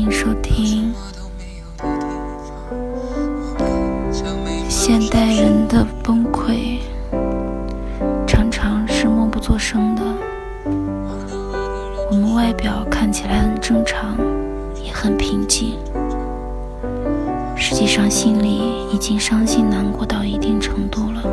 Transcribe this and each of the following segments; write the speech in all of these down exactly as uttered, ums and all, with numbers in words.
迎收听。现代人的崩溃常常是默不作声的，我们外表看起来很正常，也很平静，实际上心里已经伤心难过到一定程度了。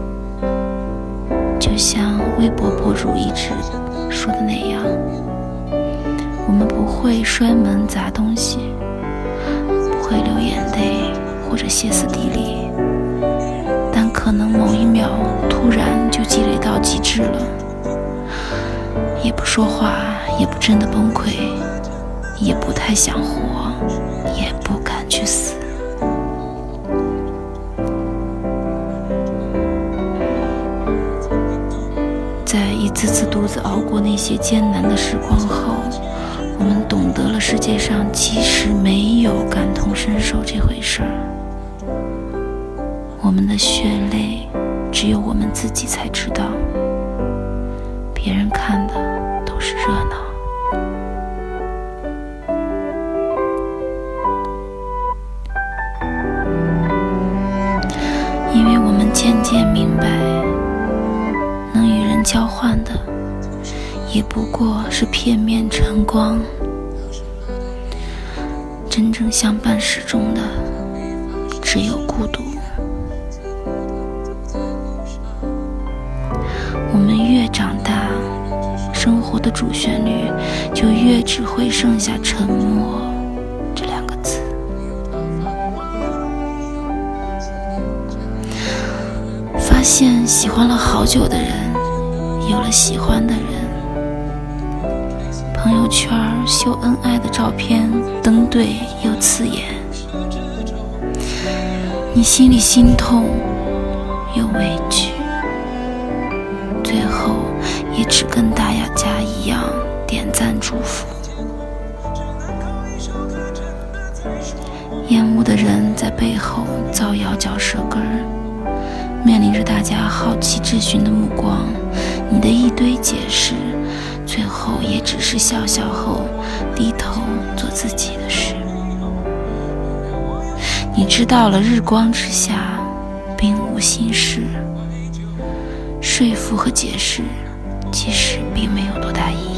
就像微博博主一直说的那样，我们不会摔门砸东西，不会流眼泪或者歇斯底里，但可能某一秒突然就积累到极致了，也不说话，也不真的崩溃，也不太想活，也不敢去死。在一次次独自熬过那些艰难的时光后，我们懂得了世界上其实没有感同身受这回事儿。我们的血泪只有我们自己才知道，别人看的都是热闹。因为我们渐渐明白，能与人交换的也不过是片面晨光，真正相伴始终的只有孤独。我们越长大，生活的主旋律就越只会剩下沉默这两个字。发现喜欢了好久的人有了喜欢的人，朋友圈秀恩爱的照片登对又刺眼，你心里心痛又委屈，最后也只跟大家一样点赞祝福。厌恶的人在背后造谣嚼舌根儿，面临着大家好奇质询的目光，你的一堆解释最后也只是笑笑后低头做自己的事。你知道了日光之下并无心事，说服和解释其实并没有多大意义。